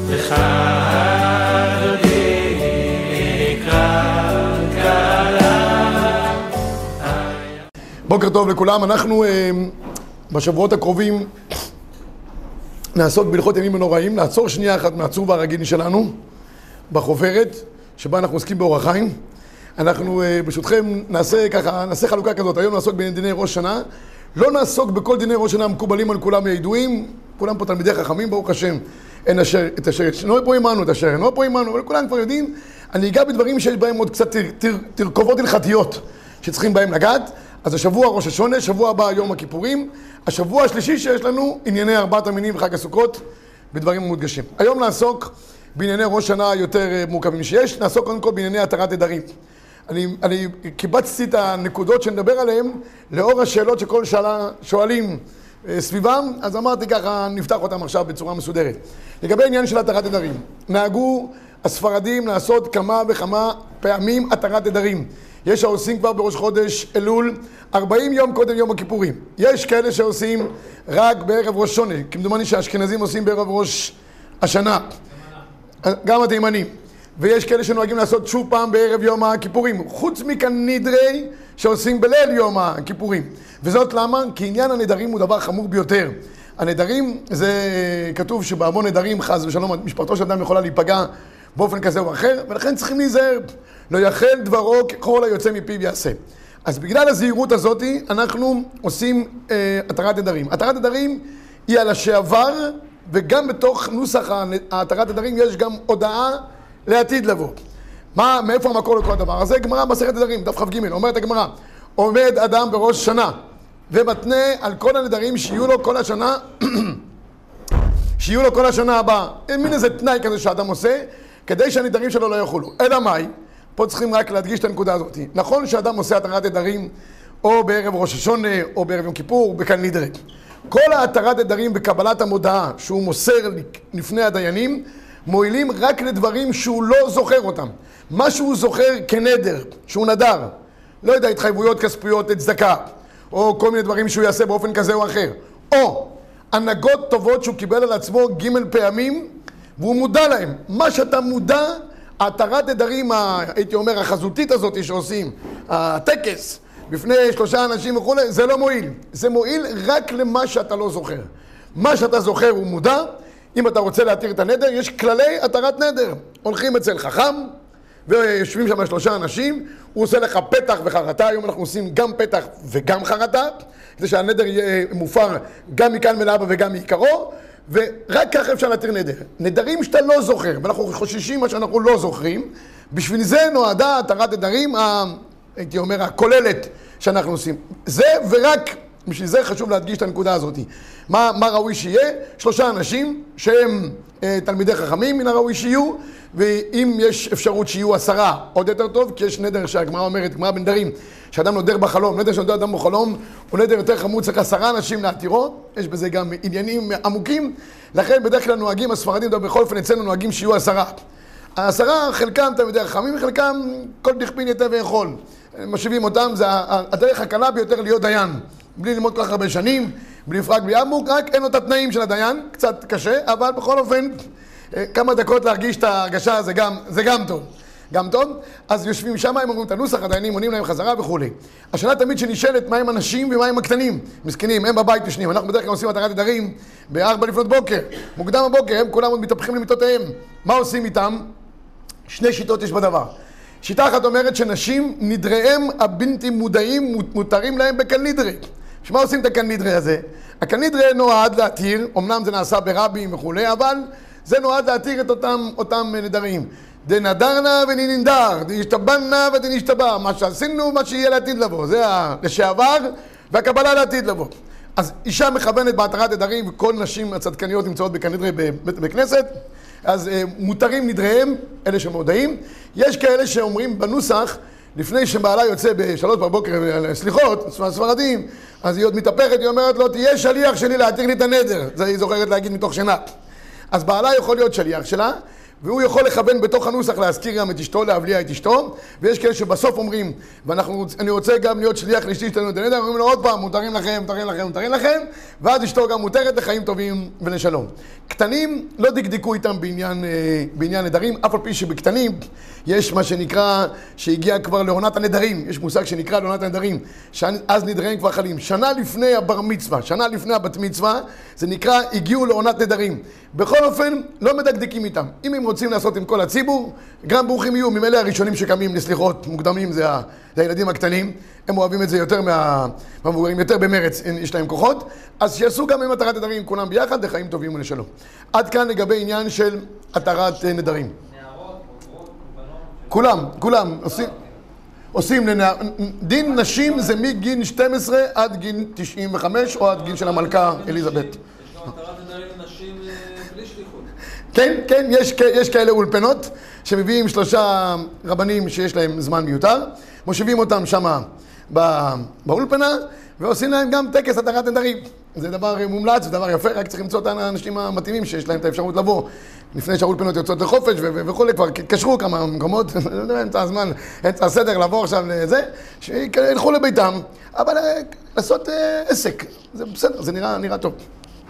לך אדוני אקרא קלה. בוקר טוב לכולם. אנחנו בשבועות הקרובים נעסוק בהלכות ימים ונוראים. נעצור שנייה אחת מהצור והרגיל שלנו בחוברת שבה אנחנו עוסקים באורח חיים. אנחנו ברשותכם נעשה חלוקה כזאת. היום נעסוק בדיני ראש שנה. לא נעסוק בכל דיני ראש שנה המקובלים על כולם הידועים. כולם פה תלמידי חכמים, ברוך השם. אין את אשר אינו פה עמנו, את אשר אינו פה עמנו, אבל כולם כבר יודעים. אני אגע בדברים שיש בהם עוד קצת תרכובות הלכתיות שצריכים בהם לגעת. אז השבוע ראש השונה, שבוע הבא יום הכיפורים. השבוע השלישי שיש לנו ענייני ארבעת המינים וחג הסוכות בדברים מודגשים. היום נעסוק בענייני ראש שנה יותר מורכבים שיש. נעסוק קודם כל בענייני התרת נדרים. אני קיבצתי את הנקודות שנדבר עליהן לאור השאלות שכל שואלים סביבם, אז אמרתי ככה, נפתח אותם עכשיו בצורה מסודרת. לגבי העניין של התרת נדרים, נהגו הספרדים לעשות כמה וכמה פעמים התרת נדרים. יש העושים כבר בראש חודש אלול, 40 יום קודם יום הכיפורים. יש כאלה שעושים רק בערב ראש שונה, כמדומני שהאשכנזים עושים בערב ראש השנה, גם התימנים. ויש כאלה שנוהגים לעשות שוב פעם בערב יום הכיפורים, חוץ מכאן נדרי שעושים בליל יום הכיפורים. וזאת למה? כי עניין הנדרים הוא דבר חמור ביותר. הנדרים, זה כתוב שבהמון נדרים חס ושלום משפחתו של אדם יכולה להיפגע באופן כזה או אחר, ולכן צריכים להיזהר. לא יחל דברו ככל היוצא מפיו יעשה. אז בגלל הזהירות הזאת אנחנו עושים התרת נדרים. התרת נדרים היא על השעבר, וגם בתוך נוסח התרת נדרים יש גם הודעה לעתיד לבוא. מאיפה המקור לכל הדבר הזה? גמרא מסכת נדרים, דף כ"ג, אומרת הגמרא, עומד אדם בראש שנה ומתנה על כל הנדרים שיהיו לו כל השנה שיהיו לו כל השנה הבאה. אין מין איזה תנאי כזה שאדם עושה כדי שהנדרים שלו לא יחולו. אלא מאי? פה צריכים רק להדגיש את הנקודה הזאת. נכון שאדם עושה התרת נדרים או בערב ראש השונה או בערב יום כיפור בכאן נדרי. כל ההתרת נדרים בקבלת המודעה שהוא מוסר לפני הדיינים מועילים רק לדברים שהוא לא זוכר אותם. מה שהוא זוכר כנדר, שהוא נדר, לא יודע, התחייבויות כספיות לצדקה, או כל מיני דברים שהוא יעשה באופן כזה או אחר, או הנהגות טובות שהוא קיבל על עצמו ג' פעמים והוא מודע להם. מה שאתה מודע, התרת נדרים, הייתי אומר, החזותית הזאת שעושים, הטקס בפני 3 אנשים וכו', זה לא מועיל. זה מועיל רק למה שאתה לא זוכר. מה שאתה זוכר הוא מודע. אם אתה רוצה להתיר את הנדר, יש כללי התרת נדר. הולכים אצל חכם, ויושבים שם 3 אנשים, הוא עושה לך פתח וחרטה. היום אנחנו עושים גם פתח וגם חרטה, כדי שהנדר יהיה מופר גם מכאן ולהבא וגם מעיקרו, ורק ככה אפשר להתיר נדר. נדרים שאתה לא זוכר, ואנחנו חוששים מה שאנחנו לא זוכרים, בשביל זה נועדה התרת נדרים, הייתי אומר, הכוללת שאנחנו עושים. זה ורק בשביל זה חשוב להדגיש את הנקודה הזאת. מה ראוי שיהיה? 3 אנשים שהם תלמידי חכמים, מן הראוי שיהיו, ואם יש אפשרות שיהיו 10, עוד יותר טוב, כי יש נדר שהגמרא אומרת, גמרא בנדרים, שאדם נודר בחלום, נדר שנודר אדם בחלום, הוא נדר יותר חמור, צריך 10 אנשים להתירו, יש בזה גם עניינים עמוקים, לכן בדרך כלל נוהגים, הספרדים, בכל אופן אצלנו נוהגים שיהיו 10. 10, חלקם תלמידי חכמים, וחלקם כל דכפין ייתי ויכול. משיבים אותם, זה הדרך הקלה ביותר להיות דיין. בלי ללמוד כל כך הרבה שנים, בלי פרק, בלי עמוק, רק אין לו את התנאים של הדיין, קצת קשה, אבל בכל אופן, כמה דקות להרגיש את ההרגשה, זה גם טוב. גם טוב, אז יושבים שם, הם אומרים את הנוסח, הדיינים עונים להם חזרה וכו'. השאלה תמיד שנשאלת, מה עם הנשים ומה עם הקטנים? מסכנים, הם בבית ישנים. אנחנו בדרך כלל עושים התרת נדרים ב-4 לפנות בוקר, מוקדם בבוקר, הם כולם עוד מתהפכים למיטותיהם. מה עושים איתם? 2 שיטות יש בדבר. שיטה אחת אומרת שנשים נדריהם הבלתי מודעים מותרים להם בכאן נדרי. שמה עושים את הכאן נדרי הזה? הכאן נדרי נועד להתיר, אמנם זה נעשה ברבים וכו', אבל זה נועד להתיר את אותם נדרים. דנדרנה וננדר, דנשתבנה ודנשתבע, מה שעשינו, מה שיהיה לעתיד לבוא. זה לשעבר והקבלה לעתיד לבוא. אז אישה מכוונת בהתרת נדרים, וכל נשים הצדקניות נמצאות בכאן נדרי בכנסת, אז מותרים נדריהם, אלה שמודעים. יש כאלה שאומרים בנוסח, לפני שבעלה יוצא ב3 בבוקר סליחות, ספרדים, אז היא עוד מתהפכת, היא אומרת לו, תהיה שליח שלי להתיר לי את הנדר. זה היא זוכרת להגיד מתוך שינה. אז בעלה יכול להיות שליח שלה, והוא יכול לכוון בתוך הנוסח להזכיר גם את אשתו, להבליע את אשתו, ויש כאלה שבסוף אומרים, ואני רוצה גם להיות שליח לאשתי שלנו את הנדר, אומרים לו עוד פעם, מותרים לכם, מותרים לכם, מותרים לכם, ואז אשתו גם מותרת לחיים טובים ולשלום. קטנים לא דקדקו איתם בעניין נדרים, אף על פי שבקטנים יש מה שנקרא, שהגיע כבר לעונת הנדרים, יש מושג שנקרא לעונת הנדרים, שאז נדרים כבר חלים. שנה לפני הבר מצווה, שנה לפני הבת מצווה, זה נקרא, הגיעו לעונת נדרים. בכל אופן, לא מדקדקים איתם. אם הם רוצים לעשות עם כל הציבור, גם ברוכים יהיו, ממילא הראשונים שקמים לסליחות מוקדמים, זה הילדים הקטנים, הם אוהבים את זה יותר מהמבוגרים, יותר במרץ, יש להם כוחות, אז שיעשו גם עם התרת נדרים כולם ביחד, לחיים טובים ולשלום. עד כאן לגבי עניין של התרת נדרים. נערות, בנות, כולם עושים דין נשים זה מגיל 12 עד גיל 95 או עד גיל של המלכה אליזבת. יש גם התרת נדרים לנשים בלי שליחות. כן, יש כאלה אולפנות שמביאים 3 רבנים שיש להם זמן מיותר, מושיבים אותם שם באולפנה ועושים להם גם טקס התרת נדרים. זה דבר מומלץ, זה דבר יפה, רק צריך למצוא את האנשים המתאימים שיש להם את האפשרות לבוא לפני שהאולפנות יוצאות לחופש וכו', כבר קשרו כמה מקומות, אמצע הזמן, אמצע הסדר לעבור עכשיו לזה, שילכו לביתם, אבל לעשות עסק, זה בסדר, זה נראה טוב.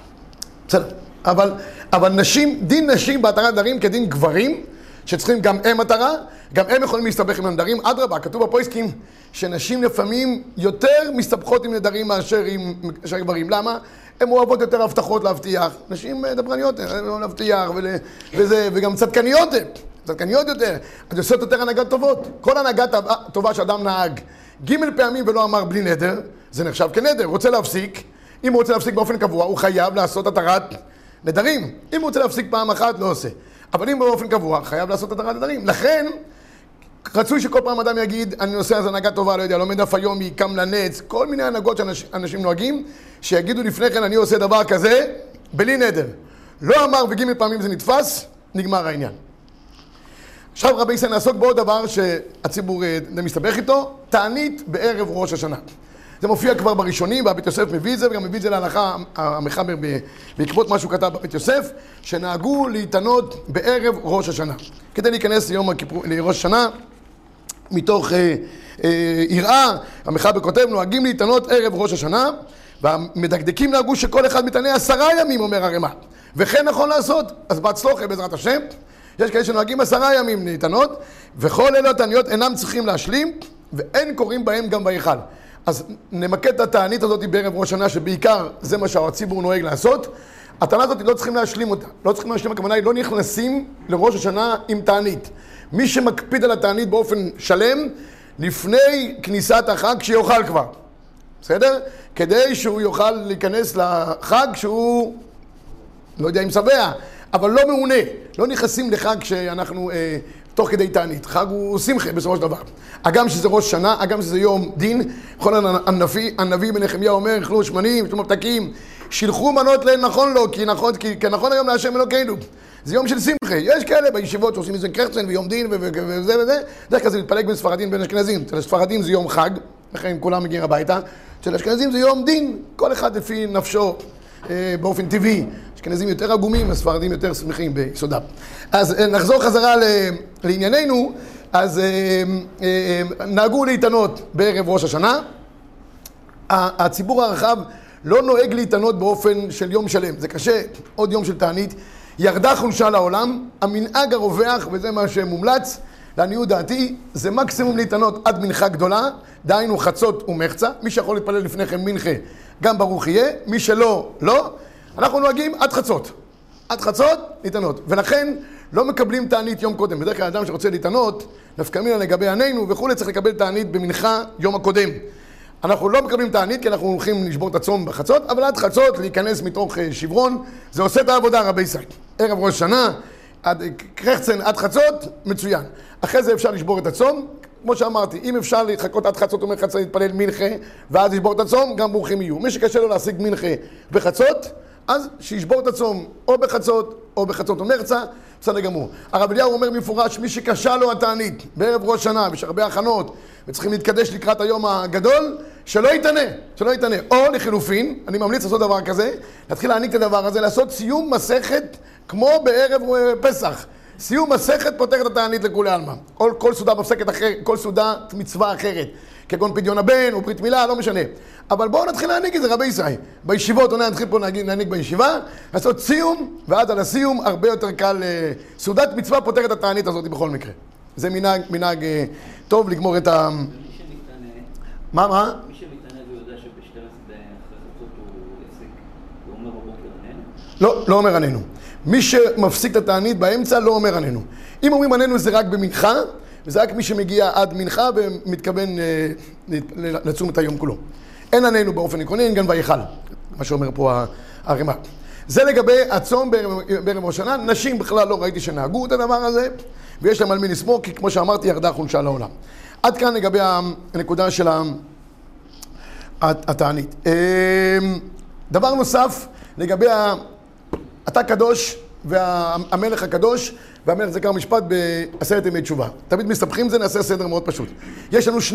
בסדר, אבל דין נשים בהתרת נדרים כדין גברים, שצריכים גם הם מטרה, גם הם יכולים להסתבך עם הנדרים. אדרבה, כתוב בפויסקים שנשים לפעמים יותר מסתבכות עם נדרים מאשר גברים. למה? הן אוהבות יותר הבטחות להבטיח. נשים דברניות, לא להבטיח וזה, וגם צדקניות יותר. אז עושות יותר הנהגת טובות. כל הנהגת טובה שאדם נהג ג' פעמים ולא אמר בלי נדר, זה נחשב כנדר. רוצה להפסיק, אם הוא רוצה להפסיק באופן קבוע, הוא חייב לעשות התרת נדרים. אם הוא רוצה להפסיק פעם אחת, לא עושה. אבל אם באופן קבוע, חייב לעשות התרת נדרים. לכן, רצוי שכל פעם אדם יגיד, אני עושה אז הנהגה טובה, לא יודע, לומד אף היום, קם לנץ, כל מיני הנהגות שאנשים נוהגים, שיגידו לפני כן, אני עושה דבר כזה, בלי נדר. לא אמר וג' פעמים זה נתפס, נגמר העניין. עכשיו רבי ישראל נעסוק בעוד דבר שהציבור מסתבך איתו, תענית בערב ראש השנה. זה מופיע כבר בראשונים, והבית יוסף מביא את זה, וגם מביא את זה להלכה המחבר בעקבות מה שהוא כתב בבית יוסף, שנהגו להתענות בערב ראש השנה. כדי להיכנס לראש השנה, מתוך יראה, המחבר כותב, נוהגים להתענות ערב ראש השנה, והמדקדקים נהגו שכל אחד מתענה 10 ימים, אומר הרמ"א. וכן נכון לעשות, אז בהצלחה בעזרת השם, יש כאלה שנוהגים 10 ימים להתענות, וכל אלה התעניות אינם צריכים להשלים, ואין קוראים בהם גם בהיכל. אז נמקד את התענית הזאת בערב ראש השנה, שבעיקר זה מה שהציבור נוהג לעשות. התענית הזאת לא צריכים להשלים אותה. לא צריכים להשלים, הכוונה היא לא נכנסים לראש השנה עם תענית. מי שמקפיד על התענית באופן שלם, לפני כניסת החג שיוכל כבר. בסדר? כדי שהוא יוכל להיכנס לחג שהוא, לא יודע אם שבע, אבל לא מעונה. לא נכנסים לחג שאנחנו תוך כדי תענית. חג הוא שמחה בסופו של דבר. אגם שזה ראש שנה, אגם שזה יום דין, בכל הנביא בנחמיה אומר, אכלו שמנים, שתו מבתקים, שילחו מנות להם נכון לו, כי נכון היום להשם אלוקינו. זה יום של שמחה. יש כאלה בישיבות שעושים איזה קרצן ויום דין וזה וזה. דרך כלל זה מתפלג בין ספרדים ובין אשכנזים. אצל הספרדים זה יום חג, לכן כולם מגיעים הביתה. אצל האשכנזים זה יום דין, כל אחד לפי נפשו באופן טבעי. אשכנזים יותר עגומים, הספרדים יותר שמחים ביסודם. אז נחזור חזרה לענייננו. אז נהגו להתענות בערב ראש השנה. הציבור הרחב לא נוהג להתענות באופן של יום שלם. זה קשה, עוד יום של תענית. ירדה חולשה לעולם, המנהג הרווח, וזה מה שמומלץ, לעניות דעתי, זה מקסימום להתענות עד מנחה גדולה, דהיינו חצות ומחצה. מי שיכול להתפלל לפניכם מנחה, גם ברוך יהיה. מי שלא, לא. אנחנו נוהגים עד חצות. עד חצות, להתענות. ולכן לא מקבלים תענית יום קודם. בדרך כלל אדם שרוצה להתענות, נפקא מינה לגבי ענינו וכו', צריך לקבל תענית במנחה יום הקודם. אנחנו לא מקבלים תענית כי אנחנו הולכים לשבור את הצום בחצות, אבל עד חצות להיכנס מתוך שברון, זה עושה את העבודה רבי ישראל. ערב ראש שנה, קרחצן עד חצות, מצוין. אחרי זה אפשר לשבור את הצום. כמו שאמרתי, אם אפשר לחכות עד חצות ומחצה להתפלל מנחה, ואז לשבור את הצום, גם ברוכים יהיו. מי שקשה לו להשיג מנחה בחצות, אז שישבור את הצום או בחצות ומחצה, בסדר גמור. הרב אליהו אומר במפורש, מי שקשה לו התענית בערב ראש שנה, ויש הרבה הכנות, וצריכים להתקדש לקראת היום הגדול, שלא יתענה. או לחילופין, אני ממליץ לעשות דבר כזה, להתחיל להעניק את הדבר הזה, לעשות סיום מסכת כמו בערב פסח. סיום מסכת פותח את התענית לכולי עלמא. כל סעודה מפסקת אחרת, כל סעודת מצווה אחרת, כגון פדיון הבן או ברית מילה, לא משנה. אבל בואו נתחיל להעניק את זה, רבי ישראל. בישיבות, נתחיל פה להעניק בישיבה, לעשות סיום, ועד על הסיום הרבה יותר קל, סעודת מצווה פותח את התענית הזאת בכל מקרה. זה מנהג טוב לגמור את ה... ומי שמתענה... מה? מי שמתענה ויודע שבשתי אחרי חצות הוא יפסיק, הוא אומר בבוקר עננו? לא אומר עננו. מי שמפסיק את התענית באמצע לא אומר עננו. אם אומרים עננו זה רק במנחה, וזה רק מי שמגיע עד מנחה ומתכוון לצום את היום כולו. אין עננו באופן עקרוני, אין גם ויכל, מה שאומר פה הרמ"א. זה לגבי הצום בערב ראש השנה. נשים בכלל לא ראיתי שנהגו את הדבר הזה, ויש להם על מי לסמוך, כי כמו שאמרתי, ירדה חולשה לעולם. עד כאן לגבי הנקודה של התענית. דבר נוסף, לגבי אתה קדוש והמלך הקדוש, והמלך זכר משפט בעשרת ימי תשובה. תמיד מסתבכים זה, נעשה סדר מאוד פשוט. יש לנו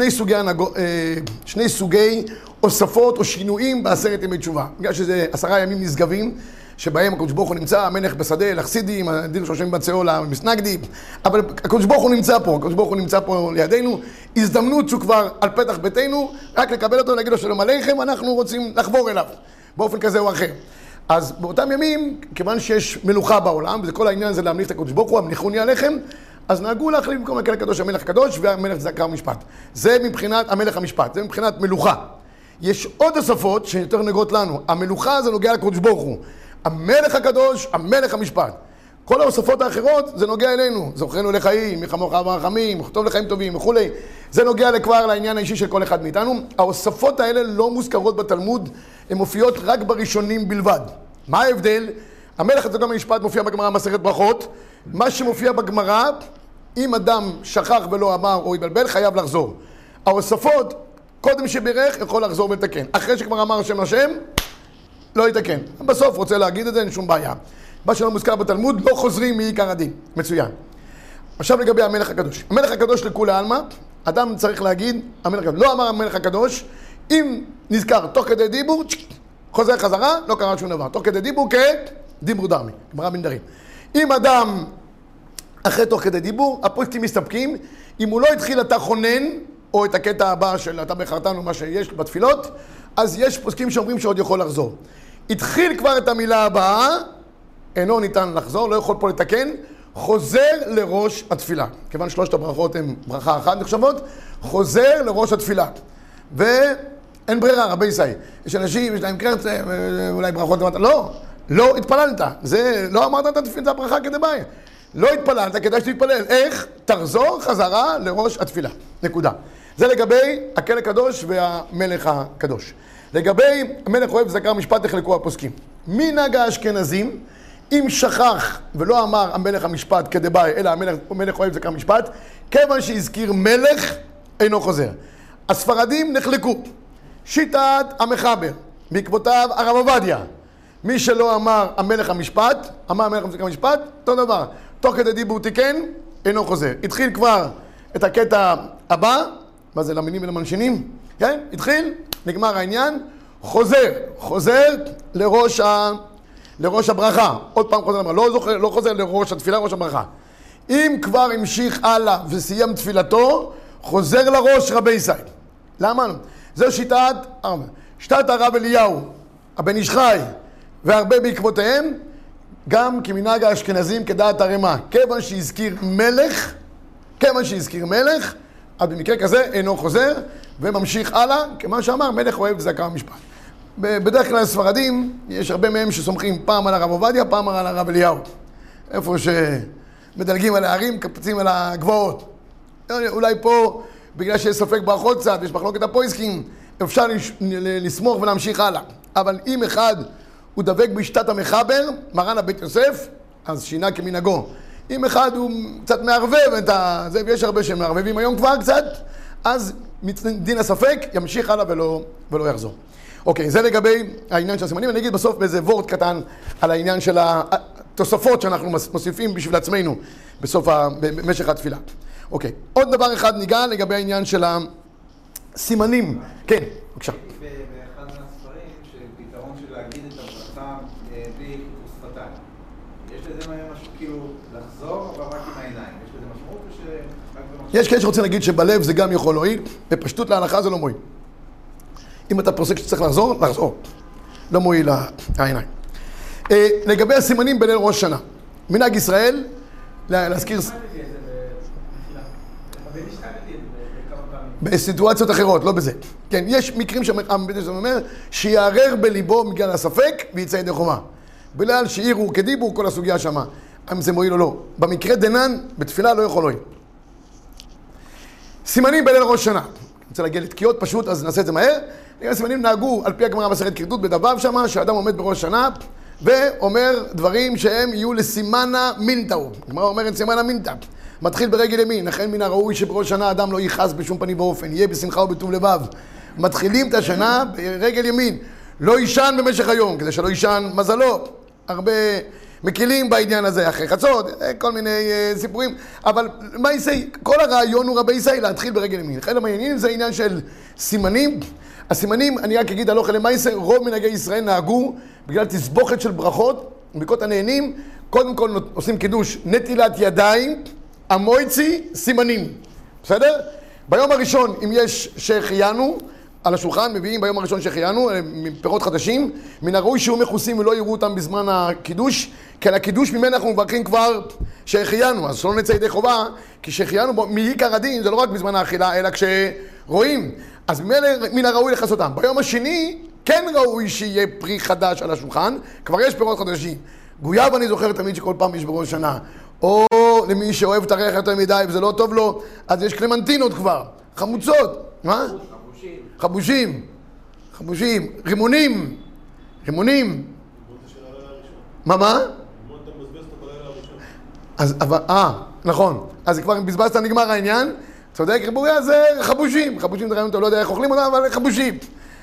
שני סוגי הוספות או שינויים בעשרת ימי תשובה. בגלל שזה 10 ימים נשגבים, שבהם הקדוש ברוך הוא נמצא, המלך בשדה, לחסידים, הדין שושבים בצאו למסנגדים, אבל הקדוש ברוך הוא נמצא פה, הקדוש ברוך הוא נמצא פה לידינו, הזדמנות שהוא כבר על פתח ביתנו, רק לקבל אותו ולהגיד לו שלום עליכם, אנחנו רוצים לחבור אליו, באופן כזה או אחר. אז באותם ימים, כיוון שיש מלוכה בעולם, וזה כל העניין זה להמליך את הקדוש ברוך הוא, המליכוני עליכם, אז נהגו להחליף במקום הקהל הקדוש המלך הקדוש והמלך זכר משפט. זה מבחינת המלך המשפט, זה מבחינת מלוכה. יש עוד הוספות שיותר נוגעות לנו. המלוכה זה נוגע לקדוש ברוך הוא. המלך הקדוש, המלך המשפט. כל ההוספות האחרות זה נוגע אלינו. זוכרנו לחיים, מחמוך ורחמים, טוב לחיים טובים וכו'. זה נוגע כבר לעניין האישי של כל אחד מאיתנו. ההוספות האלה לא מוזכרות בתלמוד, הן מופיעות רק בראשונים בלבד. מה ההבדל? המלך זכר משפט מופיע בגמרא מסכת ברכות. מה שמופיע בגמרא, אם אדם שכח ולא אמר או התבלבל, חייב לחזור. ההוספות, קודם שבירך, יכול לחזור ולתקן. אחרי שכבר אמר השם השם, לא יתקן. בסוף רוצה להגיד את זה, אין שום בעיה. מה שלא מוזכר בתלמוד, לא חוזרים מעיקר הדין. מצוין. עכשיו לגבי המלך הקדוש. המלך הקדוש לכולי עלמא, אדם צריך להגיד, המלך הקדוש. לא אמר המלך הקדוש, אם נזכר תוך כדי דיבור, חוזר חזרה, לא קרה שום דבר. תוך כדי דיבור כדיבור דרמי, גמרא בנדרים. אם אדם אחרי תוך כדי דיבור, הפוסקים מסתפקים, אם הוא לא התחיל את החונן, או את הקטע הבא של אתה בחרתנו, מה שיש בתפילות, אז יש פוסקים שאומרים שעוד יכול לחזור. התחיל כבר את המילה הבאה, אינו ניתן לחזור, לא יכול פה לתקן, חוזר לראש התפילה. כיוון שלושת הברכות הן ברכה אחת נחשבות, חוזר לראש התפילה. ואין ברירה, רבי ישראל. יש אנשים, יש להם קרצה, אולי ברכות למטה. לא התפללת. זה, לא אמרת את התפילה, זה הברכה כדבעי. לא התפללת, כדאי שתתפלל. איך? תחזור חזרה לראש התפילה. נקודה. זה לגבי הקהל הקדוש והמלך הקדוש. לגבי המלך אוהב זכר משפט נחלקו הפוסקים. מנהג האשכנזים, אם שכח ולא אמר המלך המשפט כדבעי, אלא המלך אוהב זכר משפט, כיוון שהזכיר מלך, אינו חוזר. הספרדים נחלקו. שיטת המחבר, בעקבותיו הרב עובדיה. מי שלא אמר המלך המשפט, אמר המלך זכר משפט, אותו דבר. תוך כדי דיבור תיקן, אינו חוזר. התחיל כבר את הקטע הבא, מה זה, למינים ולמנשינים? כן? התחיל, נגמר העניין, חוזר לראש הברכה. עוד פעם חוזר, לא חוזר לראש התפילה, ראש הברכה. אם כבר המשיך הלאה וסיים תפילתו, חוזר לראש רבי ישראל. למה? זו שיטת הרב אליהו, הבן איש חי, והרבה בעקבותיהם, גם כמנהג האשכנזים כדעת הרמ"א. כיוון שהזכיר מלך, אז במקרה כזה אינו חוזר וממשיך הלאה, כמו שאמר, מלך אוהב זכר משפט. בדרך כלל הספרדים, יש הרבה מהם שסומכים פעם על הרב עובדיה, פעם על הרב אליהו. איפה שמדלגים על הערים, קפצים על הגבעות. אולי פה, בגלל שיש ספק ברכות קצת, יש מחלוקת הפויסקים, אפשר לסמוך ולהמשיך הלאה. אבל אם אחד הוא דבק בשיטת המחבר, מרן הבית יוסף, אז שינה כמנהגו. אם אחד הוא קצת מערבב את זה, ויש הרבה שמערבבים היום כבר קצת, אז דין הספק ימשיך הלאה ולא יחזור. אוקיי, זה לגבי העניין של הסימנים. אני אגיד בסוף באיזה וורט קטן על העניין של התוספות שאנחנו מוסיפים בשביל עצמנו במשך התפילה. אוקיי, עוד דבר אחד ניגע לגבי העניין של הסימנים. כן, בבקשה. באחד מהספרים שפתרון של להגיד את הברכה בלי שפתיים. יש לזה משהו כאילו לחזור, אבל רק עם העיניים. יש לזה משמעות או שרק במחשב? יש כאלה שרוצים להגיד שבלב זה גם יכול להועיל, בפשטות להלכה זה לא מועיל. אם אתה פוסק שצריך לחזור, לחזור. לא מועיל העיניים. לגבי הסימנים בליל ראש שנה. מנהג ישראל, להזכיר... בסיטואציות אחרות, לא בזה. כן, יש מקרים שאומר שיערער בליבו בגלל הספק ויצא ידי חומה. בגלל שעירו כדיברו כל הסוגיה שמה. אם זה מועיל או לא. במקרה דנן, בתפילה לא יכול להועיל. סימנים בליל ראש שנה. אני רוצה להגיע לתקיעות פשוט, אז נעשה את זה מהר. הסימנים נהגו על פי הגמרא מסכת כריתות בדבב שמה, שאדם עומד בראש שנה ואומר דברים שהם יהיו לסימנה מינטאו. הגמרא אומרת סימנה מינטא. מתחיל ברגל ימין, לכן מן הראוי שבראש שנה אדם לא יכעס בשום פנים באופן, יהיה בשמחה ובטוב לבב. מתחילים את השנה ברגל ימין, לא יישן במשך היום, כדי שלא יישן מזלו. הרבה מקילים בעניין הזה, אחרי חצות, כל מיני סיפורים, אבל מה יעשי? כל הרעיון הוא רבי ישי להתחיל ברגל ימין. אחד המעניינים זה העניין של סימנים. הסימנים, אני רק אגיד הלוך אלה מייסר, רוב מנהגי ישראל נהגו בגלל תסבוכת של ברכות, ברכות הנהנים, קודם כל עושים קידוש נטילת ידיים, המויצי, סימנים, בסדר? ביום הראשון, אם יש שהחיינו, על השולחן מביאים ביום הראשון שהחיינו, פירות חדשים, מן הראוי שיהיו מכוסים ולא יראו אותם בזמן הקידוש, כי על הקידוש ממנו אנחנו מברכים כבר שהחיינו, אז שלא נצא ידי חובה, כי שהחיינו מעיקר הדין, זה לא רק בזמן האכילה, אלא כשרואים, אז מן הראוי לכסותם. ביום השני, כן ראוי שיהיה פרי חדש על השולחן, כבר יש פירות חדשים. גויאב אני זוכר תמיד שכל פעם יש בראש שנה, או למי שאוהב את הריח יותר מדי וזה לא טוב לו, אז יש קלמנטינות כבר, חמוצות, מה? חבושים, חבושים, רימונים, רימונים. מה? אז, נכון, אז כבר אם בזבזת נגמר העניין, צודק, ריבוריה זה חבושים, חבושים זה רעיון טוב, לא יודע איך אוכלים אותם, אבל חבושים.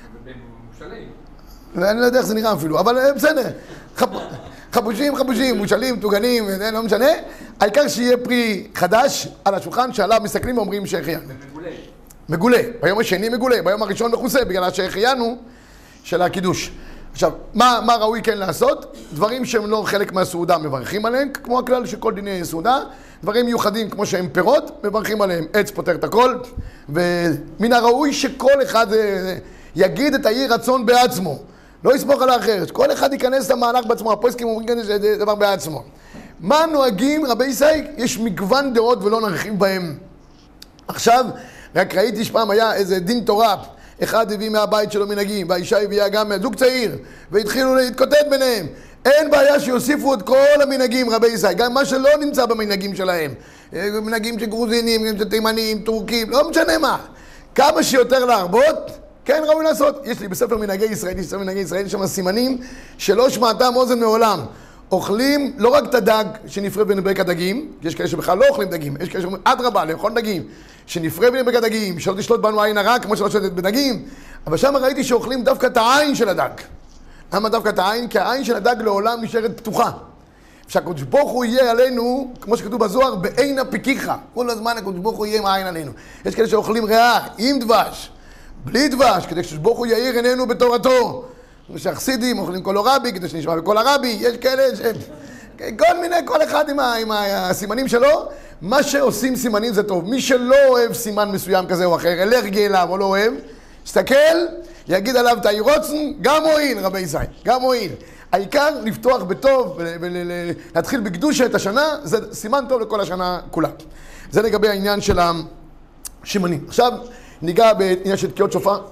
אני לא יודע איך זה נראה אפילו, אבל בסדר. חבושים, מושלים, טוגנים, לא משנה. העיקר שיהיה פרי חדש על השולחן שעליו מסתכלים ואומרים שהחיינו. מגולה. ביום השני מגולה, ביום הראשון מכוסה, בגלל שהחיינו של הקידוש. עכשיו, מה ראוי כן לעשות? דברים שהם לא חלק מהסעודה מברכים עליהם, כמו הכלל של כל דיני סעודה. דברים מיוחדים כמו שהם פירות, מברכים עליהם. עץ פותר את הכל. ומן הראוי שכל אחד יגיד את היהי רצון בעצמו. לא יסמוך על האחר, כל אחד ייכנס למהלך בעצמו, הפוסקים אומרים כאן שזה דבר בעצמו. מה נוהגים רבי ישי? יש מגוון דעות ולא נרחיב בהם. עכשיו, רק ראיתי שפעם היה איזה דין תורה, אחד הביא מהבית שלו מנהגים, והאישה הביאה גם מהזוג צעיר, והתחילו להתקוטט ביניהם. אין בעיה שיוסיפו את כל המנהגים רבי ישי, גם מה שלא נמצא במנהגים שלהם. מנהגים של גרוזינים, של תימנים, טורקים, לא משנה מה. כמה שיותר להרבות, כן ראוי לעשות. יש לי בספר מנהגי ישראל, יש שם סימנים שלא שמעתם אוזן מעולם. אוכלים לא רק את הדג שנפרה בנברק הדגים, יש כאלה שבכלל לא אוכלים דגים, יש כאלה שאומרים אדרבה לאכול דגים, שנפרה בנברק הדגים, שלא תשלוט בנו עין הרע כמו שלא שולטת בדגים, אבל שם ראיתי שאוכלים דווקא את העין של הדג. למה דווקא את העין? כי העין של הדג לעולם נשארת פתוחה. שהקדוש ברוך הוא יהיה עלינו, כמו שכתוב בזוהר, בעין הפיקיך. כל הזמן הקדוש ברוך הוא יהיה עם העין עלינו. יש כאלה שאוכלים ריאה עם דבש, בלי דבש, כדי שקדוש ברוך הוא יאיר עינינו בתורתו. שהחסידים אוכלים קולורבי, כדי שנשמע בקול הרבי, יש כאלה ש... כל מיני, כל אחד עם הסימנים שלו. מה שעושים סימנים זה טוב. מי שלא אוהב סימן מסוים כזה או אחר, אלרגי אליו או לא אוהב, תסתכל, יגיד עליו תאי רוצן, גם מועיל רבי ישי, גם מועיל. העיקר לפתוח בטוב ולהתחיל בקדושה את השנה, זה סימן טוב לכל השנה כולה. זה לגבי העניין של השימנים. עכשיו ניגע בעניין של תקיעות שופר.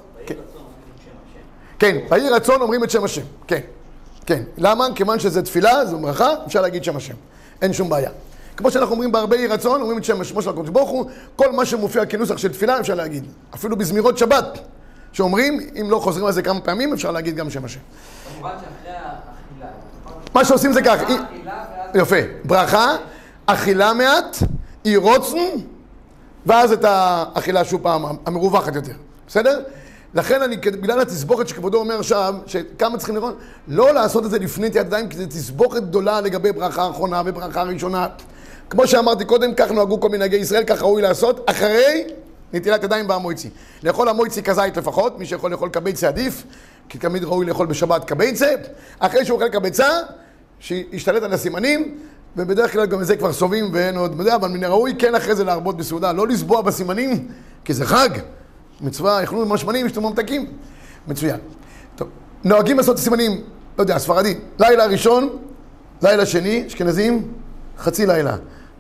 כן, ויהי רצון אומרים את שם השם. כן, כן. למה? כיוון שזה תפילה, זו ברכה, אפשר להגיד שם השם. אין שום בעיה. כמו שאנחנו אומרים בהרבה יהי רצון, אומרים את שם השמו של הקדוש ברוך הוא, כל מה שמופיע כנוסח של תפילה אפשר להגיד. אפילו בזמירות שבת, שאומרים, אם לא חוזרים על זה כמה פעמים, אפשר להגיד גם שם השם. כמובן שאחרי האכילה. מה שעושים זה כך. יפה. ברכה, אכילה מעט, יהי רוצן, ואז את האכילה שוב פעם המרווחת יותר. בסדר? לכן אני, בגלל התסבוכת שכבודו אומר עכשיו, שכמה צריכים לראות, לא לעשות את זה לפני נטילת ידיים, כי זה תסבוכת גדולה לגבי ברכה האחרונה וברכה הראשונה. כמו שאמרתי קודם, כך נוהגו כל מנהגי ישראל, כך ראוי לעשות, אחרי נטילת ידיים במויצי. לאכול המויצי כזית לפחות, מי שיכול לאכול קבייצה עדיף, כי תמיד ראוי לאכול בשבת קבייצה. אחרי שהוא אוכל קבייצה, שישתלט על הסימנים, ובדרך כלל גם את זה כבר סובים ואין עוד, אבל מן הראוי כן אחרי זה להרבות בסעודה, לא לסבוע בסימנים, כי זה חג, מצווה, יאכלו משמנים, ישתו ממתקים, מצוין. טוב, נוהגים לעשות סימנים, לא יודע, ספרדי, לילה ראשון, לילה שני, אשכנזים, חצי לילה.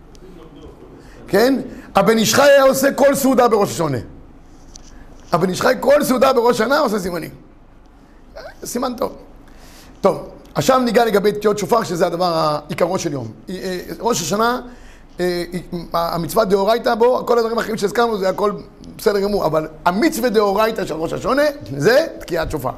כן? הבן איש חי היה עושה כל סעודה בראש השונה. הבן איש חי כל סעודה בראש שנה עושה סימנים. סימן טוב. טוב, עכשיו ניגע לגבי תקיעות שופר, שזה הדבר העיקרו של יום. ראש השנה, המצווה דאורייתא בו, כל הדברים האחרים שהזכרנו זה הכל בסדר גמור, אבל המצווה דאורייתא של ראש השונה זה תקיעת שופר.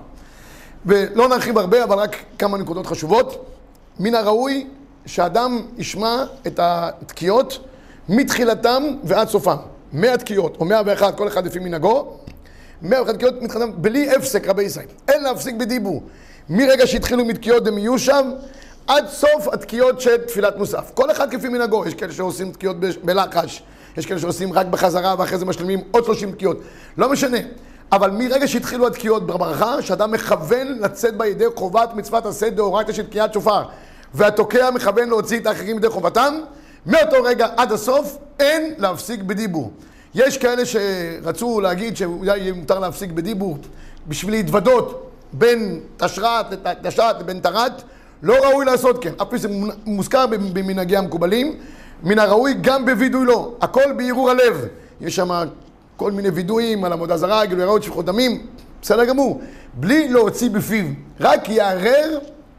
ולא נרחיב הרבה, אבל רק כמה נקודות חשובות. מן הראוי שאדם ישמע את התקיעות מתחילתם ועד סופם. 100 תקיעות או 101, כל אחד לפי מנהגו. 101 תקיעות מתחילתם בלי הפסק, רבי ישראל. אין להפסיק בדיבור. מרגע שהתחילו מתקיעות הם יהיו שם, עד סוף התקיעות של תפילת מוסף. כל אחד כפי מנהגו. יש כאלה שעושים תקיעות בלחש, יש כאלה שעושים רק בחזרה ואחרי זה משלמים עוד 30 תקיעות. לא משנה. אבל מרגע שהתחילו התקיעות בברכה, שאדם מכוון לצאת בידי חובת מצוות עשה דאורייתא של תקיעת שופר, והתוקע מכוון להוציא את האחרים ידי חובתם, מאותו רגע עד הסוף אין להפסיק בדיבור. יש כאלה שרצו להגיד שאולי יהיה מותר להפסיק בדיבור בשביל להתוודות בין תשרת לתשת לבין תרת, לא ראוי לעשות כן. אף פעם זה מוזכר במנהגי המקובלים, מן הראוי גם בווידוי לא. הכל בערעור הלב. יש שם כל מיני וידויים על עבודה זרה, גילוי עריות, שפיכות דמים, בסדר גמור. בלי להוציא בפיו, רק יערער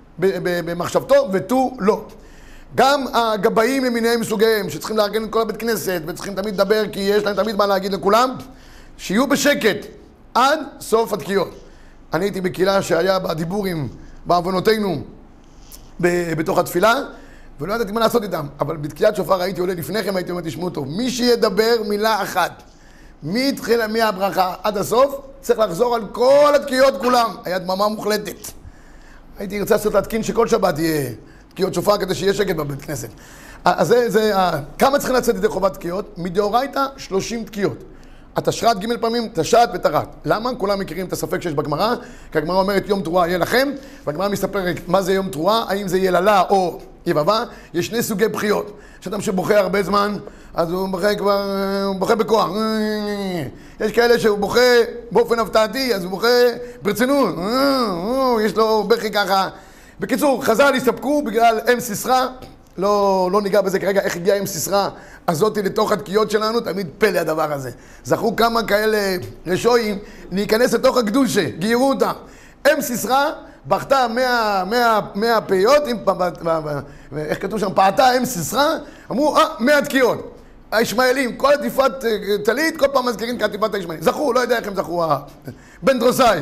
במחשבתו ותו לא. גם הגבאים למיניהם מסוגיהם, שצריכים לארגן את כל הבית כנסת, וצריכים תמיד לדבר, כי יש להם תמיד מה להגיד לכולם, שיהיו בשקט עד סוף התקיעות. אני הייתי בקהילה שהיה בדיבורים, בעוונותינו, בתוך התפילה, ולא ידעתי מה לעשות איתם. אבל בתקיעת שופר הייתי עולה לפניכם, הייתי אומר, תשמעו טוב, מי שידבר מילה אחת, מתחילה מהברכה עד הסוף, צריך לחזור על כל התקיעות כולם. היה דממה מוחלטת. הייתי רוצה לעשות להתקין שכל שבת יהיה תקיעות שופר כדי שיהיה שקט בבית כנסת. אז כמה צריכים לצאת ידי חובת תקיעות? מדאורייתא 30 תקיעות. התשרת ג' פעמים, תשת ותרת. למה? כולם מכירים את הספק שיש בגמרא, כי הגמרא אומרת יום תרועה יהיה לכם, והגמרא מספרת מה זה יום תרועה, האם זה יללה או יבבה. יש שני סוגי בחיות. יש אדם שבוכה הרבה זמן, אז הוא בוכה כבר, הוא בוכה בכוח. יש כאלה שהוא בוכה באופן הפתעתי, אז הוא בוכה ברצינות. יש לו בכי ככה. בקיצור, חז"ל הסתפקו בגלל אם סיסרא, לא ניגע בזה כרגע, איך הגיעה אם סיסרא הזאתי לתוך התקיעות שלנו, תמיד פלא הדבר הזה. זכו כמה כאלה רשועים להיכנס לתוך הקדושה, גיירו אותה. אם סיסרא בכתה 100 פיות, איך כתוב שם, פעתה אם סיסרא, אמרו, 100 תקיעות. הישמעאלים, כל עטיפת טלית, כל פעם מזכירים כעטיפת הישמעאלים. זכו, לא יודע איך הם זכו. בן דרוסאי,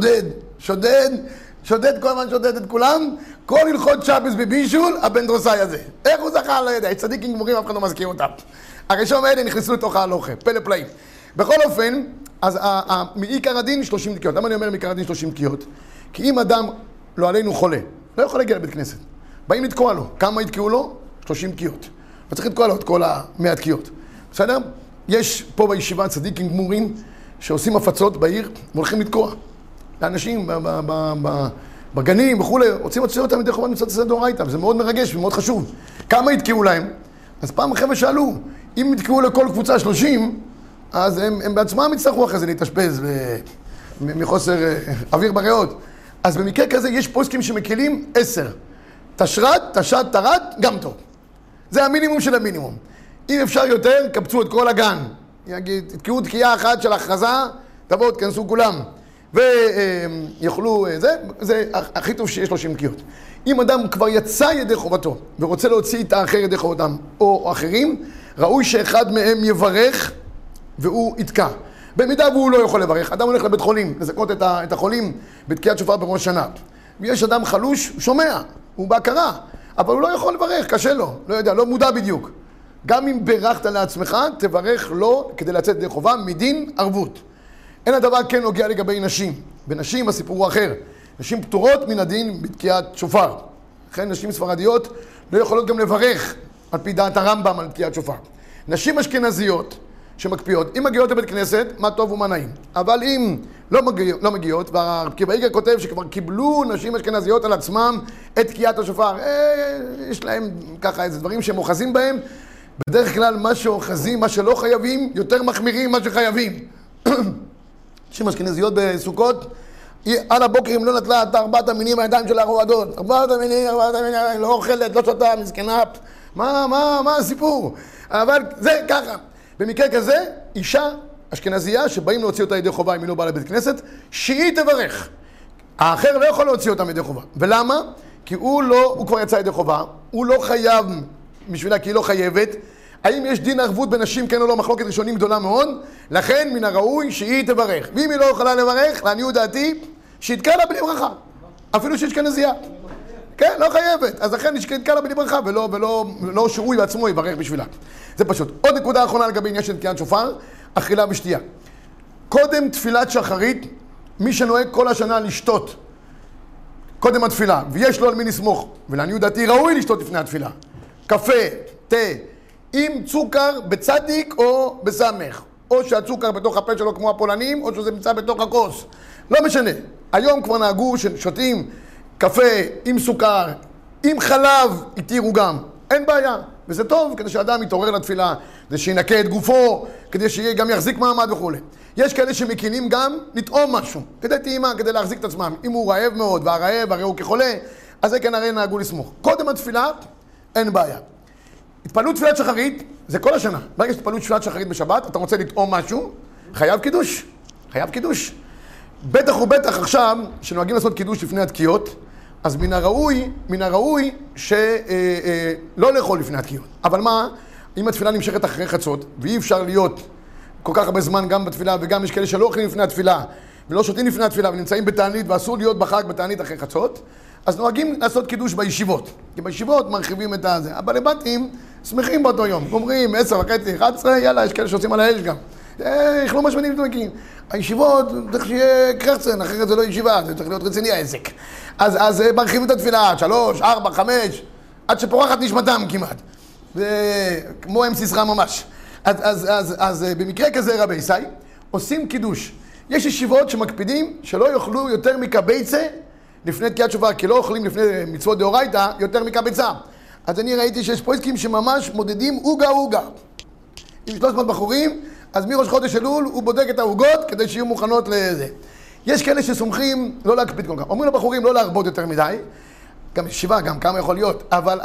שודד, כל הזמן שודד את כולם, כל הלכות שבס בבישול, הבן דרוסאי הזה. איך הוא זכה? לא יודע, צדיקים גמורים, אף אחד לא מזכיר אותם. הראשון האלה נכנסו לתוך ההלוכה, פלא פלאים. בכל אופן, אז מעיקר הדין 30 תקיעות. למה אני אומר מעיקר הדין 30 תקיעות? כי אם אדם, לא עלינו חולה, לא יכול להגיע לבית כנסת. באים לתקוע לו. כמה יתקעו לו? 30 תקיעות. וצריך לתקוע לו את כל 100 תקיעות. בסדר? יש פה בישיבה צדיקים גמורים שעושים הפצות בעיר והולכים לתקוע. לאנשים בגנים וכולי, רוצים להוציא אותם מדי חובת מצוות עשה דאורייתא, וזה מאוד מרגש ומאוד חשוב. כמה יתקעו להם? אז פעם החבר'ה שאלו, אם יתקעו לכל קבוצה 30, אז הם בעצמם יצטרכו אחרי זה להתאשפז מחוסר אוויר בריאות. אז במקרה כזה יש פוסקים שמקלים 10. תשרת, תשת, תרת, גם טוב. זה המינימום של המינימום. אם אפשר יותר, קבצו את כל הגן. יגיד, תתקעו תקיעה אחת של הכרזה, תבואו, תכנסו כולם. ויוכלו, זה הכי טוב שיש 30 תקיעות. אם אדם כבר יצא ידי חובתו ורוצה להוציא את האחר ידי חובתם או אחרים, ראוי שאחד מהם יברך והוא יתקע. במידה והוא לא יכול לברך, אדם הולך לבית חולים, לזכות את החולים בתקיעת שופר בראש שנה. ויש אדם חלוש, הוא שומע, הוא בהכרה, אבל הוא לא יכול לברך, קשה לו, לא יודע, לא מודע בדיוק. גם אם ברכת לעצמך, תברך לו כדי לצאת ידי חובה מדין ערבות. אין הדבר כן נוגע לגבי נשים. בנשים הסיפור הוא אחר. נשים פטורות מן הדין בתקיעת שופר. לכן נשים ספרדיות לא יכולות גם לברך על פי דעת הרמב"ם על תקיעת שופר. נשים אשכנזיות שמקפיאות. אם מגיעות לבית כנסת, מה טוב ומה נעים. אבל אם לא מגיעות, והרב איגר כותב שכבר קיבלו נשים אשכנזיות על עצמם את תקיעת השופר. יש להם ככה איזה דברים שהם אוחזים בהם. בדרך כלל מה שאוחזים, מה שלא חייבים, יותר מחמירים מה שחייבים. נשים אשכנזיות בסוכות, על הבוקר אם לא נטלה את 4 המינים הידיים שלה רועדות. 4 המינים, לא אוכלת, לא שותה, מסכנה. מה הסיפור? אבל זה ככה. במקרה כזה, אישה אשכנזייה שבאים להוציא אותה ידי חובה אם היא לא באה לבית כנסת, שהיא תברך. האחר לא יכול להוציא אותה ידי חובה. ולמה? כי הוא כבר יצא ידי חובה, הוא לא חייב בשבילה כי היא לא חייבת. האם יש דין ערבות בנשים כן או לא? מחלוקת ראשונים גדולה מאוד. לכן מן הראוי שהיא תברך. ואם היא לא יכולה לברך, לעניות דעתי, שיתקע לה בלי ברכה. אפילו שהיא אשכנזייה. כן, לא חייבת. אז לכן שיתקע לה בלי ברכה ולא שהוא בעצמו יברך בשבילה. זה פשוט. עוד נקודה אחרונה לגבי עניין של תקיעת שופר, אכילה ושתייה. קודם תפילת שחרית, מי שנוהג כל השנה לשתות קודם התפילה, ויש לו על מי לסמוך, ולעניות דעתי ראוי לשתות לפני התפילה. קפה, תה, עם צוקר בצדיק או בסמך. או שהצוקר בתוך הפה שלו כמו הפולנים, או שזה נמצא בתוך הכוס. לא משנה. היום כבר נהגו ששותים קפה עם סוכר, עם חלב, התירו גם. אין בעיה. וזה טוב כדי שאדם יתעורר לתפילה, כדי שינקה את גופו, כדי שגם יחזיק מעמד וכו'. יש כאלה שמקינים גם לטעום משהו, כדי טעימה, כדי להחזיק את עצמם. אם הוא רעב מאוד, והרעב הרי הוא כחולה, אז זה כנראה נהגו לסמוך. קודם התפילה, אין בעיה. התפללות תפילת שחרית, זה כל השנה. ברגע שתתפללות תפילת שחרית בשבת, אתה רוצה לטעום משהו, חייב קידוש. חייב קידוש. בטח ובטח עכשיו, שנוהגים לעשות קידוש לפני התקיעות, אז מן הראוי שלא לאכול לפני התקיעות. אבל מה, אם התפילה נמשכת אחרי חצות, ואי אפשר להיות כל כך הרבה זמן גם בתפילה, וגם יש כאלה שלא אוכלים לפני התפילה, ולא שותים לפני התפילה, ונמצאים בתענית, ואסור להיות בחג בתענית אחרי חצות, אז נוהגים לעשות קידוש בישיבות. כי בישיבות מרחיבים את הזה. הבעלי בתים שמחים באותו יום. אומרים 10:30, 11, יאללה, יש כאלה שעושים על האש גם. יאכלו משמנים ותמקים. הישיבות, צריך שיהיה קרחצן, אחרת זה לא ישיבה, זה צריך להיות רציני העסק. אז מרחיבים את התפילה, 3, 4, 5, עד שפורחת נשמתם כמעט. זה כמו עם סיסרה ממש. אז במקרה כזה רבי ישי, עושים קידוש. יש ישיבות שמקפידים שלא יאכלו יותר מקבצה לפני תקיעת שופר, כי לא אוכלים לפני מצוות דאורייתא יותר מקבצה. אז אני ראיתי שיש פויסקים שממש מודדים עוגה. עם 300 בחורים, אז מראש חודש אלול הוא בודק את העוגות כדי שיהיו מוכנות לזה. יש כאלה שסומכים לא להקפיד כל כך. אומרים לבחורים לא להרבות יותר מדי, גם ישיבה, גם כמה יכול להיות,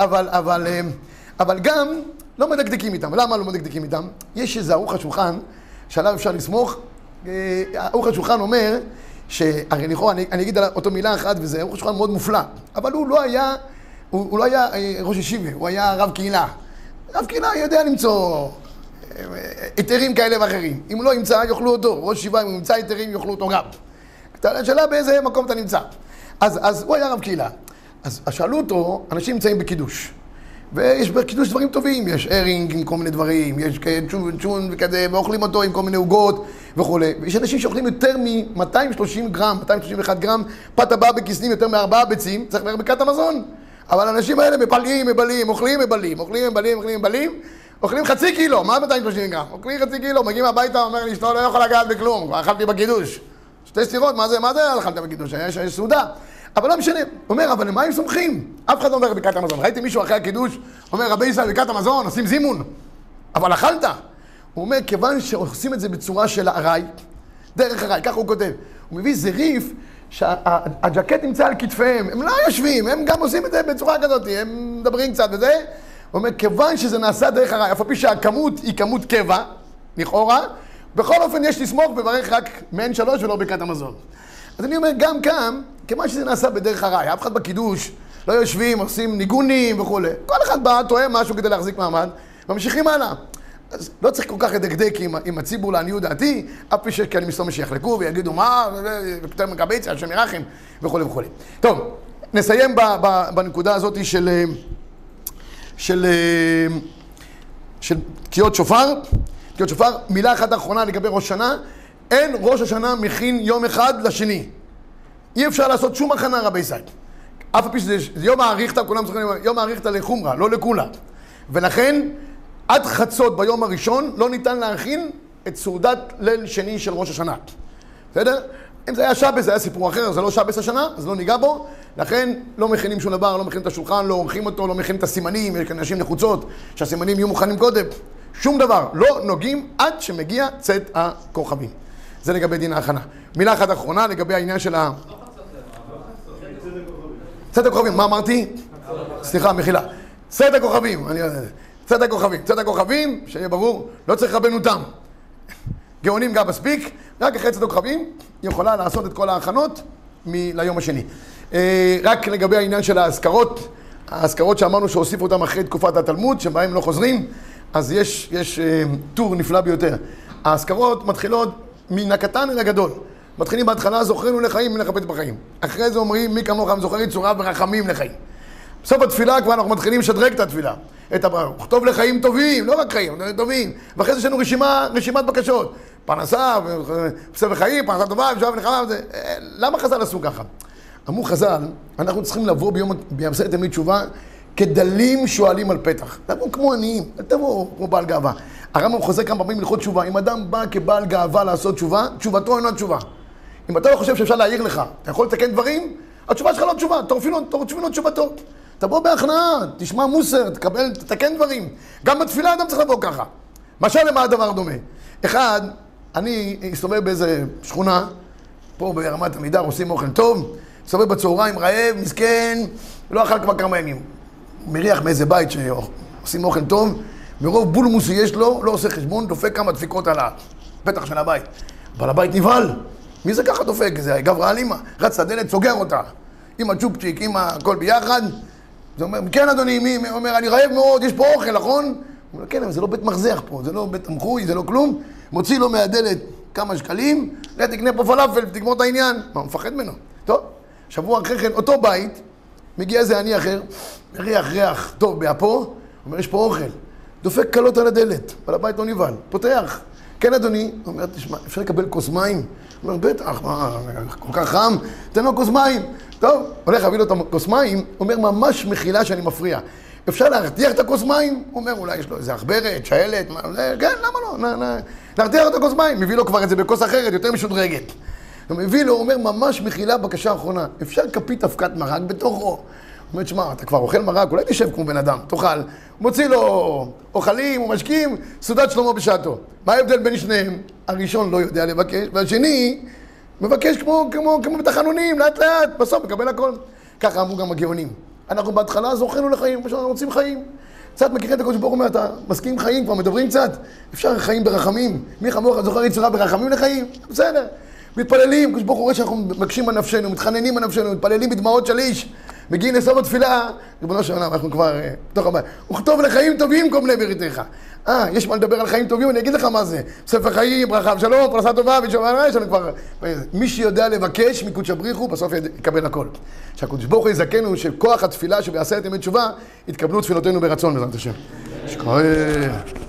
אבל גם לא מדקדקים איתם. למה לא מדקדקים איתם? יש איזה ערוך השולחן שעליו אפשר לסמוך. ערוך השולחן אומר שהרי לכאורה, אני אגיד על אותו מילה אחת וזה ערוך השולחן מאוד מופלא, אבל הוא לא היה ראש ישיבה, הוא היה רב קהילה. רב קהילה יודע למצוא היתרים כאלה ואחרים. אם הוא לא ימצא, יאכלו אותו. ראש ישיבה, אם הוא ימצא היתרים, יאכלו אותו גם. השאלה באיזה מקום אתה נמצא. אז הוא היה רב קהילה. אז שאלו אותו, אנשים נמצאים בקידוש. ויש בקידוש דברים טובים. יש ארינג עם כל מיני דברים, יש צ'ון וכזה, ואוכלים אותו עם כל מיני עוגות וכו'. ויש אנשים שאוכלים יותר מ-230 גרם, 231 גרם, פת הבא בכיסנים, יותר מ4 ביצים, צריך להרבקת המזון. אבל האנשים האלה מבלים, אוכלים, אוכלים חצי קילו, מה 230 גרם? אוכלים חצי קילו, מגיעים הביתה, אומר לי, שאתה לא יכול לגעת בכלום, כבר אכלתי בקידוש. 2 סתירות, מה זה אכלת בקידוש? יש סעודה. אבל לא משנה, אומר, אבל למה הם סומכים? אף אחד לא אומר ברכת המזון. ראיתי מישהו אחרי הקידוש, אומר, רבי ישראל, ברכת המזון, עושים זימון. אבל אכלת. הוא אומר, כיוון שעושים את זה בצורה של ארעי, דרך ארעי, ככה הוא כותב. הוא מביא זריף שהג'קט נמצא על כתפיהם. הם לא יושבים, הם גם עושים את זה בצורה כזאת, הם מדברים קצת וזה. הוא אומר, כיוון שזה נעשה דרך ארעי, אף על פי שהכמות היא כמות קבע, לכאורה, בכל אופן יש לסמוך בברך רק מעין 3 ולא ברכת המזון. אז אני אומר, גם כאן, כיוון שזה נעשה בדרך ארעי, אף אחד בקידוש לא יושבים, עושים ניגונים וכו'. כל אחד בא, טועם משהו כדי להחזיק מעמד, וממשיכים הלאה. אז לא צריך כל כך לדקדק עם הציבור לעניות דעתי, אף פי שכאלה מסתום שיחלקו ויגידו מה, ופתר מקבץ, השם ירחם וכו' וכו'. טוב, נסיים בנקודה הזאת של תקיעות שופר. תקיעות שופר, מילה אחת האחרונה לגבי ראש שנה, אין ראש השנה מכין יום אחד לשני. אי אפשר לעשות שום הכנה רבי ישראל. אף על פי שזה יום האריכתא, כולם צריכים יום האריכתא לחומרה, לא לכולה. ולכן, עד חצות ביום הראשון לא ניתן להכין את סעודת ליל שני של ראש השנה. בסדר? אם זה היה שבס, זה היה סיפור אחר, זה לא שבס השנה, אז לא ניגע בו. לכן לא מכינים שום דבר, לא מכינים את השולחן, לא עורכים אותו, לא מכינים את הסימנים, יש אנשים נחוצות שהסימנים יהיו מוכנים קודם. שום דבר, לא נוגעים עד שמגיע צאת הכוכבים. זה לגבי דין ההכנה. מילה אחת אחרונה לגבי העניין של צאת הכוכבים, מה אמרתי? סליחה, מחילה. צאת הכוכבים, צאת הכוכבים, שיהיה ברור, לא צריך רבנו תם. גאונים גם מספיק, רק אחרי צאת הכוכבים היא יכולה לעשות את כל ההכנות ליום השני. רק לגבי העניין של האזכרות שאמרנו שהוסיפו אותם אחרי תקופת התלמוד, שבהם לא חוזרים, אז יש טור נפלא ביותר. האזכרות מתחילות מן הקטן אל הגדול. מתחילים בהתחלה, זוכרנו לחיים ולחפץ בחיים. אחרי זה אומרים, מי כמוך זוכר יצוריו ורחמים לחיים. בסוף התפילה כבר אנחנו מתחילים לשדרג את התפילה. את הברוך. טוב לחיים טובים, לא רק חיים, טובים. ואחרי זה יש לנו רשימת בקשות. פרנסה, ספר חיים, פרנסה טובה, ושואב ונחמה, למה חז"ל עשו ככה? אמרו חז"ל, אנחנו צריכים לבוא בימסרת תלמיד תשובה כדלים שואלים על פתח. תבואו כמו עניים, תבואו כמו בעל גאווה. הרמב"ם חוזר כמה פעמים הלכות תשובה. אם אדם בא כבעל גאווה לעשות תשובה, תשובתו אינה תשובה. אם אתה לא חושב שאפשר להעיר לך, אתה יכול לתקן דברים, התשובה שלך לא תשובה, תורפים לו תשובתו. תבוא בהכנעה, תשמע מוסר, תתקן דברים. גם בתפילה אדם צריך לבוא ככה. משל למה הדבר דומה? אחד, אני אסתובב באיזה שכונה, פה ברמת עמידר עושים אוכל טוב, אסתובב בצהריים רעב, מסכן, לא אכל כבר כמה ימים. מריח מאיזה בית שעושים אוכל טוב, מרוב בולמוס שיש לו, לא עושה חשבון, דופק כמה דפיקות על הפתח של הבית. אבל הבית נבהל. מי זה ככה דופק? זה גברא על אמא, רץ לדלת, סוגר אותה. אמא צ'ופצ'יק, אמא, הכל ביחד. זה אומר, כן אדוני, מי אומר, אני רעב מאוד, יש פה אוכל, נכון? הוא אומר, כן, אבל זה לא בית מחזח פה, זה לא בית תמחוי, זה לא כלום. מוציא לו מהדלת כמה שקלים, תקנה פה פלאפל, תגמור את העניין. מה, הוא מפחד ממנו? טוב, שבוע אחרי כן, אותו בית, מגיע איזה עני אחר, ריח טוב באפו, אומר, יש פה אוכל. דופק קלות על הדלת, אבל הבית לא נבהל, פותח. כן אדוני, הוא אומר, תשמע, אפשר לקבל כוס מים? הוא אומר, בטח, מה, כל כך חם, תן לו כוס מים. טוב, הולך להביא לו את הכוס מים, הוא אומר, ממש מחילה שאני מפריע. אפשר להרתיח את הכוס מים? הוא אומר, אולי יש לו איזה עכברת, שעלת, כן, למה לא? להרתיח את הכוס מים, מביא לו כבר את זה בכוס אחרת, יותר משודרגת. הוא מביא לו, הוא אומר, ממש מחילה, בקשה האחרונה, אפשר כפית אבקת מרק בתוכו? הוא אומר, תשמע, אתה כבר אוכל מרק, אולי תשב כמו בן אדם, תאכל. הוא מוציא לו אוכלים ומשקים, סעודת שלמה בשעתו. מה ההבדל בין שניהם? הראשון לא יודע לבקש, והשני מבקש כמו בתחנונים, לאט לאט, בסוף מקבל הכל. ככה אמרו גם הגאונים. אנחנו בהתחלה זוכרנו לחיים, אנחנו רוצים חיים. קצת מכירים את הקודש ברוך הוא, אתה מסכים חיים, כבר מדברים קצת. אפשר חיים ברחמים. מי כמוך זוכר יצורה ברחמים לחיים? בסדר. מתפללים, קודש ברוך הוא רואה שאנחנו מבקשים בנפשנו, מתחננים בנפשנו, מתפללים בדמעות של איש. מגיעים לסוף התפילה, ריבונו של עולם, אנחנו כבר בתוך הבית. וכתוב לחיים טובים כל בני בריתך. יש מה לדבר על חיים טובים, אני אגיד לך מה זה. ספר חיים, ברכה ושלום, פרנסה טובה, יש לנו כבר... מי שיודע לבקש מקודש בריך הוא, בסוף יקבל הכל. שהקודש ברוך הוא יזכנו שכוח התפילה שבעשרת ימי תשובה, יתקבלו תפילותינו ברצון, בעזרת השם. שקועה.